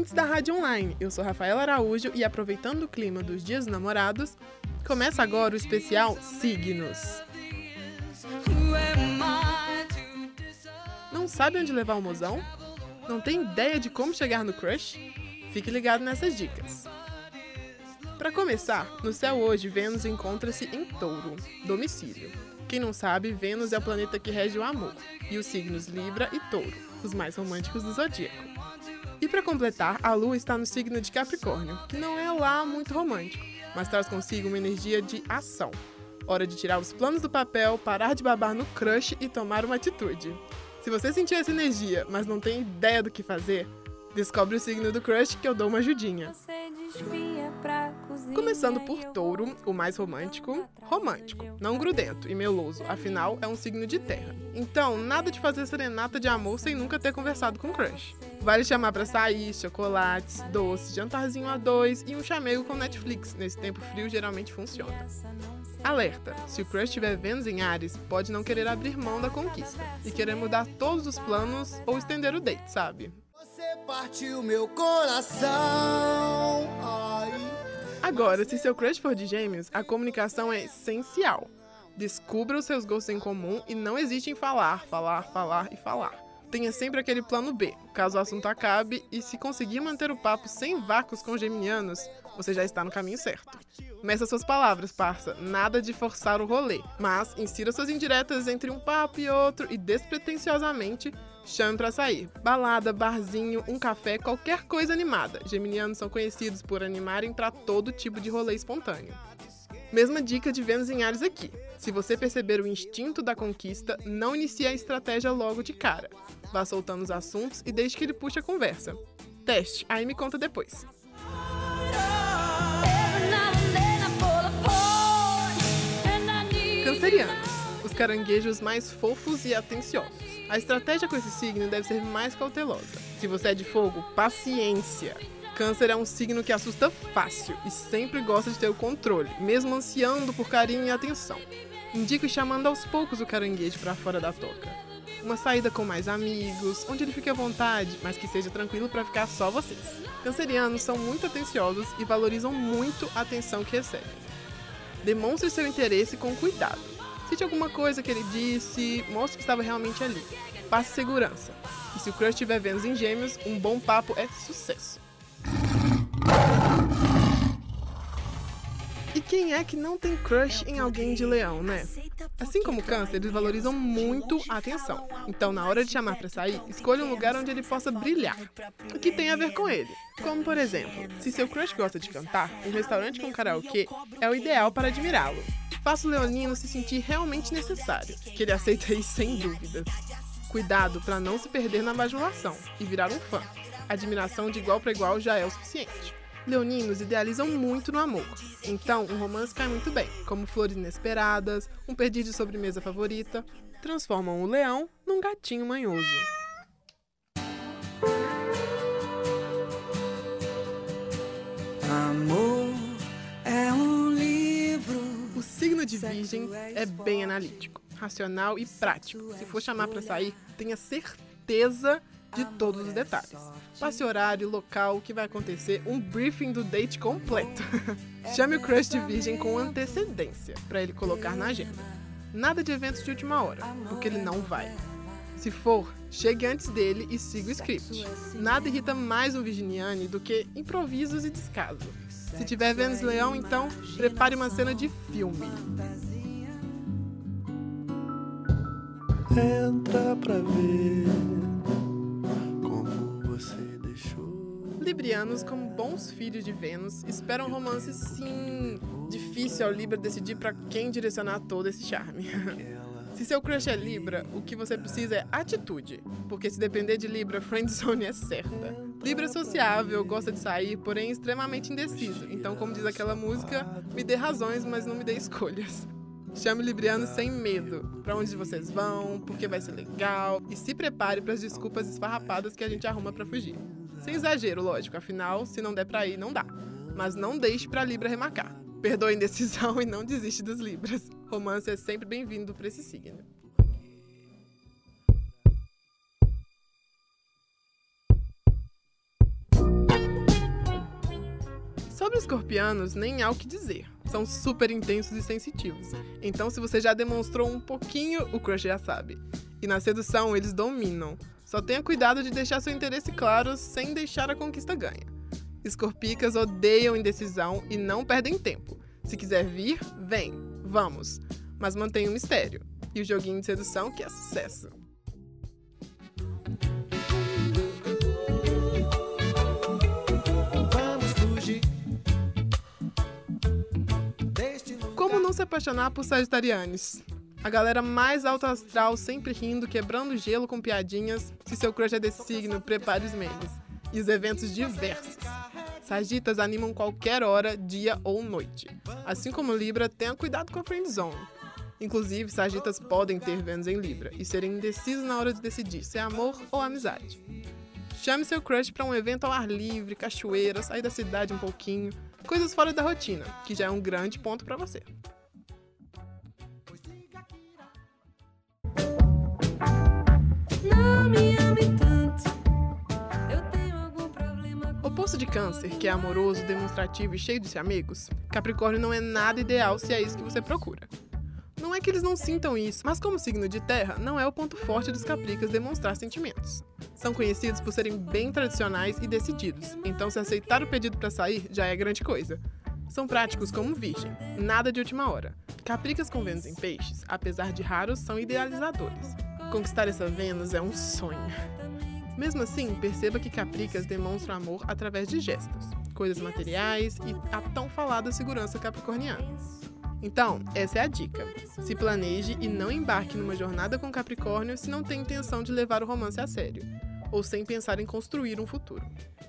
ouvintes da Rádio Online, eu sou Rafaela Araújo e aproveitando o clima dos Dias dos Namorados, começa agora o especial Signos. Não sabe onde levar o mozão? Não tem ideia de como chegar no crush? Fique ligado nessas dicas. Para começar, no céu hoje, Vênus encontra-se em Touro, domicílio. Quem não sabe, Vênus é o planeta que rege o amor, e os signos Libra e Touro, os mais românticos do zodíaco. E para completar, a Lua está no signo de Capricórnio, que não é lá muito romântico, mas traz consigo uma energia de ação. Hora de tirar os planos do papel, parar de babar no crush e tomar uma atitude. Se você sentir essa energia, mas não tem ideia do que fazer, descobre o signo do crush que eu dou uma ajudinha. Começando por Touro, o mais romântico, não grudento e meloso, afinal é um signo de terra. Então, nada de fazer serenata de amor sem nunca ter conversado com o crush. Vale chamar pra sair, chocolates, doces, jantarzinho a dois e um chamego com Netflix, nesse tempo frio geralmente funciona. Alerta, se o crush tiver Vênus em Áries, pode não querer abrir mão da conquista e querer mudar todos os planos ou estender o date, sabe? Você partiu meu coração. Agora, se seu crush for de Gêmeos, a comunicação é essencial. Descubra os seus gostos em comum e não hesite em falar. Tenha sempre aquele plano B, caso o assunto acabe, e se conseguir manter o papo sem vácuos com geminianos, você já está no caminho certo. Meça suas palavras, parça, nada de forçar o rolê, mas insira suas indiretas entre um papo e outro e despretensiosamente chame pra sair. Balada, barzinho, um café, qualquer coisa animada. Geminianos são conhecidos por animarem pra todo tipo de rolê espontâneo. Mesma dica de Vênus em Áries aqui. Se você perceber o instinto da conquista, não inicie a estratégia logo de cara. Vá soltando os assuntos e deixe que ele puxe a conversa. Teste, aí me conta depois. Cancerianos, os caranguejos mais fofos e atenciosos. A estratégia com esse signo deve ser mais cautelosa. Se você é de fogo, paciência. Câncer é um signo que assusta fácil e sempre gosta de ter o controle, mesmo ansiando por carinho e atenção. Indico ir chamando aos poucos o caranguejo para fora da toca. Uma saída com mais amigos, onde ele fique à vontade, mas que seja tranquilo para ficar só vocês. Cancerianos são muito atenciosos e valorizam muito a atenção que recebem. Demonstre seu interesse com cuidado. Cite alguma coisa que ele disse, mostre que estava realmente ali. Passe segurança. E se o crush tiver Vênus em Gêmeos, um bom papo é sucesso. E quem é que não tem crush em alguém de Leão, né? Assim como o Câncer, eles valorizam muito a atenção. Então, na hora de chamar pra sair, escolha um lugar onde ele possa brilhar. O que tem a ver com ele. Como, por exemplo, se seu crush gosta de cantar, um restaurante com karaokê é o ideal para admirá-lo. Faça o leonino se sentir realmente necessário, que ele aceita isso sem dúvidas. Cuidado para não se perder na bajulação e virar um fã. Admiração de igual para igual já é o suficiente. Leoninos idealizam muito no amor, então um romance cai muito bem, como flores inesperadas, um pedido de sobremesa favorita, transformam o leão num gatinho manhoso. Amor é um livro. O signo de Virgem é bem analítico, racional e prático. Se for chamar para sair, tenha certeza de todos os detalhes. Passe horário, local, o que vai acontecer, um briefing do date completo. Chame o crush de Virgem com antecedência, para ele colocar na agenda. Nada de eventos de última hora, porque ele não vai. Se for, chegue antes dele e siga o script. Nada irrita mais um virginiane do que improvisos e descaso. Se tiver Vênus Leão, então, prepare uma cena de filme. Entra pra ver. Librianos, como bons filhos de Vênus, esperam romances sim. Difícil ao Libra decidir pra quem direcionar todo esse charme. Se seu crush é Libra, o que você precisa é atitude, porque se depender de Libra, friendzone é certa. Libra é sociável, gosta de sair, porém extremamente indeciso. Então, como diz aquela música, me dê razões, mas não me dê escolhas. Chame o Libriano sem medo. Pra onde vocês vão, porque vai ser legal. E se prepare para as desculpas esfarrapadas que a gente arruma pra fugir. Sem exagero, lógico, afinal, se não der pra ir, não dá. Mas não deixe pra Libra remarcar. Perdoe a indecisão e não desiste dos Libras. Romance é sempre bem-vindo pra esse signo. Sobre escorpianos, nem há o que dizer. São super intensos e sensitivos. Então, se você já demonstrou um pouquinho, o crush já sabe. E na sedução, eles dominam. Só tenha cuidado de deixar seu interesse claro sem deixar a conquista ganha. Escorpicas odeiam indecisão e não perdem tempo. Se quiser vir, vem. Vamos. Mas mantenha o mistério. E o joguinho de sedução que é sucesso. Como não se apaixonar por sagitarianos? A galera mais alto astral, sempre rindo, quebrando gelo com piadinhas. Se seu crush é desse signo, prepare os memes. E os eventos diversos. Sagitas animam qualquer hora, dia ou noite. Assim como Libra, tenha cuidado com a friendzone. Inclusive, sagitas podem ter Vênus em Libra e serem indecisos na hora de decidir se é amor ou amizade. Chame seu crush para um evento ao ar livre, cachoeira, sair da cidade um pouquinho, coisas fora da rotina, que já é um grande ponto para você. Não me ame tanto, eu tenho algum problema com... Oposto de Câncer, que é amoroso, demonstrativo e cheio de amigos, Capricórnio não é nada ideal se é isso que você procura. Não é que eles não sintam isso, mas como signo de terra, não é o ponto forte dos capricas demonstrar sentimentos. São conhecidos por serem bem tradicionais e decididos, então se aceitar o pedido para sair já é grande coisa. São práticos como virgem, nada de última hora. Capricas com Vênus em peixes, apesar de raros, são idealizadores. Conquistar essa Vênus é um sonho. Mesmo assim, perceba que capricas demonstram amor através de gestos, coisas materiais e a tão falada segurança capricorniana. Então, essa é a dica. Se planeje e não embarque numa jornada com Capricórnio se não tem intenção de levar o romance a sério, ou sem pensar em construir um futuro.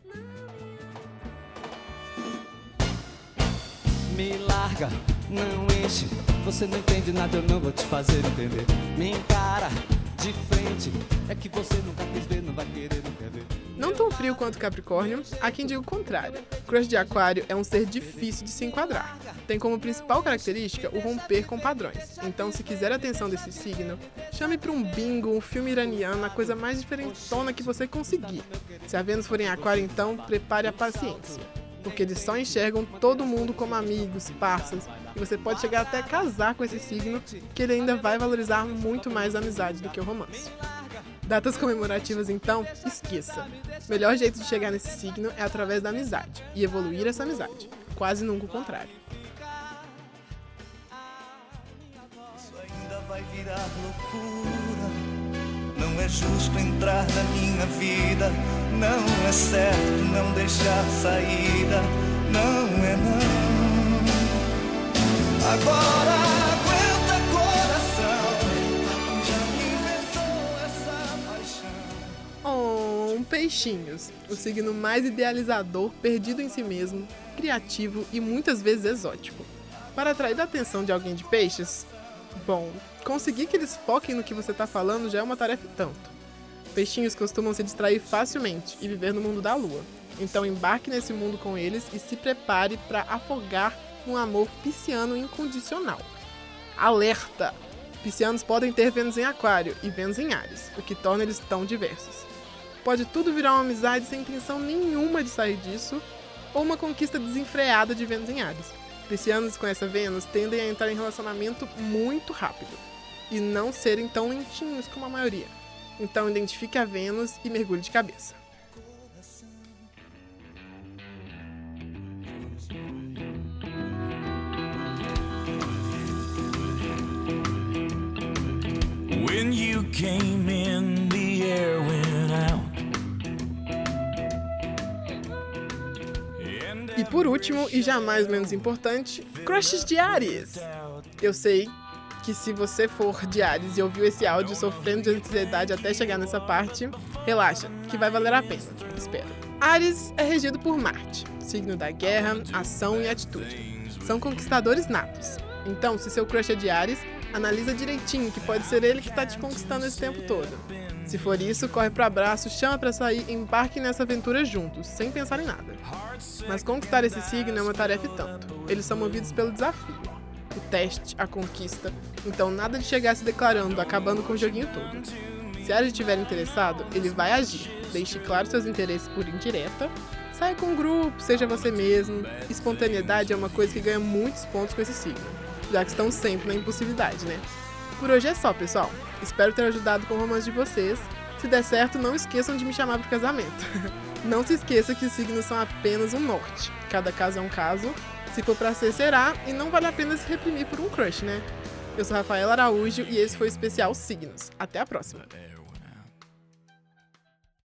Me larga, não enche. Você não entende nada, eu não vou te fazer entender. Me encara de frente. É que você nunca quis ver, não vai querer, não quer ver. Não tão frio quanto Capricórnio, há quem diga o contrário. Crush de Aquário é um ser difícil de se enquadrar. Tem como principal característica o romper com padrões. Então, se quiser a atenção desse signo, chame para um bingo, um filme iraniano, a coisa mais diferentona que você conseguir. Se a Vênus for em Aquário, então, prepare a paciência. Porque eles só enxergam todo mundo como amigos, parceiros, e você pode chegar até a casar com esse signo, que ele ainda vai valorizar muito mais a amizade do que o romance. Datas comemorativas, então, esqueça. O melhor jeito de chegar nesse signo é através da amizade, e evoluir essa amizade, quase nunca o contrário. Isso ainda vai virar loucura. Não é justo entrar na minha vida. Não é certo não deixar saída. Não é não. Agora aguenta coração. Já me inventou essa paixão. Peixinhos, o signo mais idealizador, perdido em si mesmo, criativo e muitas vezes exótico. Para atrair a atenção de alguém de peixes, bom, conseguir que eles foquem no que você está falando já é uma tarefa e tanto. Peixinhos costumam se distrair facilmente e viver no mundo da lua. Então embarque nesse mundo com eles e se prepare para afogar num amor pisciano incondicional. Alerta! Piscianos podem ter Vênus em Aquário e Vênus em Áries, o que torna eles tão diversos. Pode tudo virar uma amizade sem intenção nenhuma de sair disso, ou uma conquista desenfreada de Vênus em Áries. Piscianos com essa Vênus tendem a entrar em relacionamento muito rápido e não serem tão lentinhos como a maioria. Então identifique a Vênus e mergulhe de cabeça. When you came in, the air went out. E por último, e jamais menos importante, crushes de Áries. Eu sei que se você for de Áries e ouviu esse áudio sofrendo de ansiedade até chegar nessa parte, relaxa, que vai valer a pena, espero. Áries é regido por Marte, signo da guerra, ação e atitude. São conquistadores natos. Então, se seu crush é de Áries, analisa direitinho que pode ser ele que está te conquistando esse tempo todo. Se for isso, corre pro abraço, chama pra sair e embarque nessa aventura juntos, sem pensar em nada. Mas conquistar esse signo é uma tarefa e tanto. Eles são movidos pelo desafio, o teste, a conquista. Então nada de chegar se declarando, acabando com o joguinho todo. Se Áries estiver interessado, ele vai agir. Deixe claro seus interesses por indireta. Saia com um grupo, seja você mesmo. Espontaneidade é uma coisa que ganha muitos pontos com esse signo, já que estão sempre na impulsividade, né? Por hoje é só, pessoal. Espero ter ajudado com o romance de vocês. Se der certo, não esqueçam de me chamar pro casamento. Não se esqueça que os signos são apenas um norte. Cada caso é um caso. Se for pra ser, será. E não vale a pena se reprimir por um crush, né? Eu sou Rafaela Araújo e esse foi o especial Signos. Até a próxima!